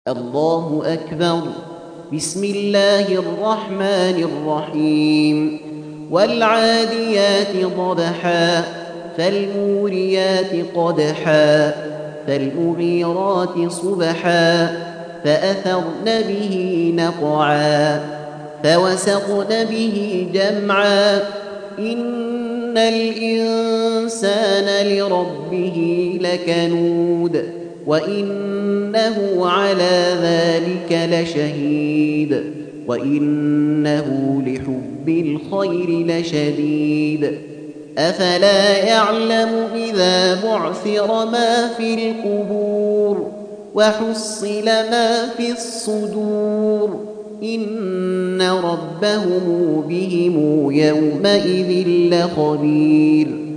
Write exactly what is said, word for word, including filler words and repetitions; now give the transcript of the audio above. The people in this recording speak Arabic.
الله أكبر. بسم الله الرحمن الرحيم. والعاديات ضبحا فالموريات قدحا فالمغيرات صبحا فأثرن به نقعا فوسطن به جمعا إن الإنسان لربه لكنود وإنه على ذلك لشهيد وإنه لحب الخير لشديد أفلا يعلم إذا بعثر ما في القبور وحصل ما في الصدور إن ربهم بهم يومئذ لخبير.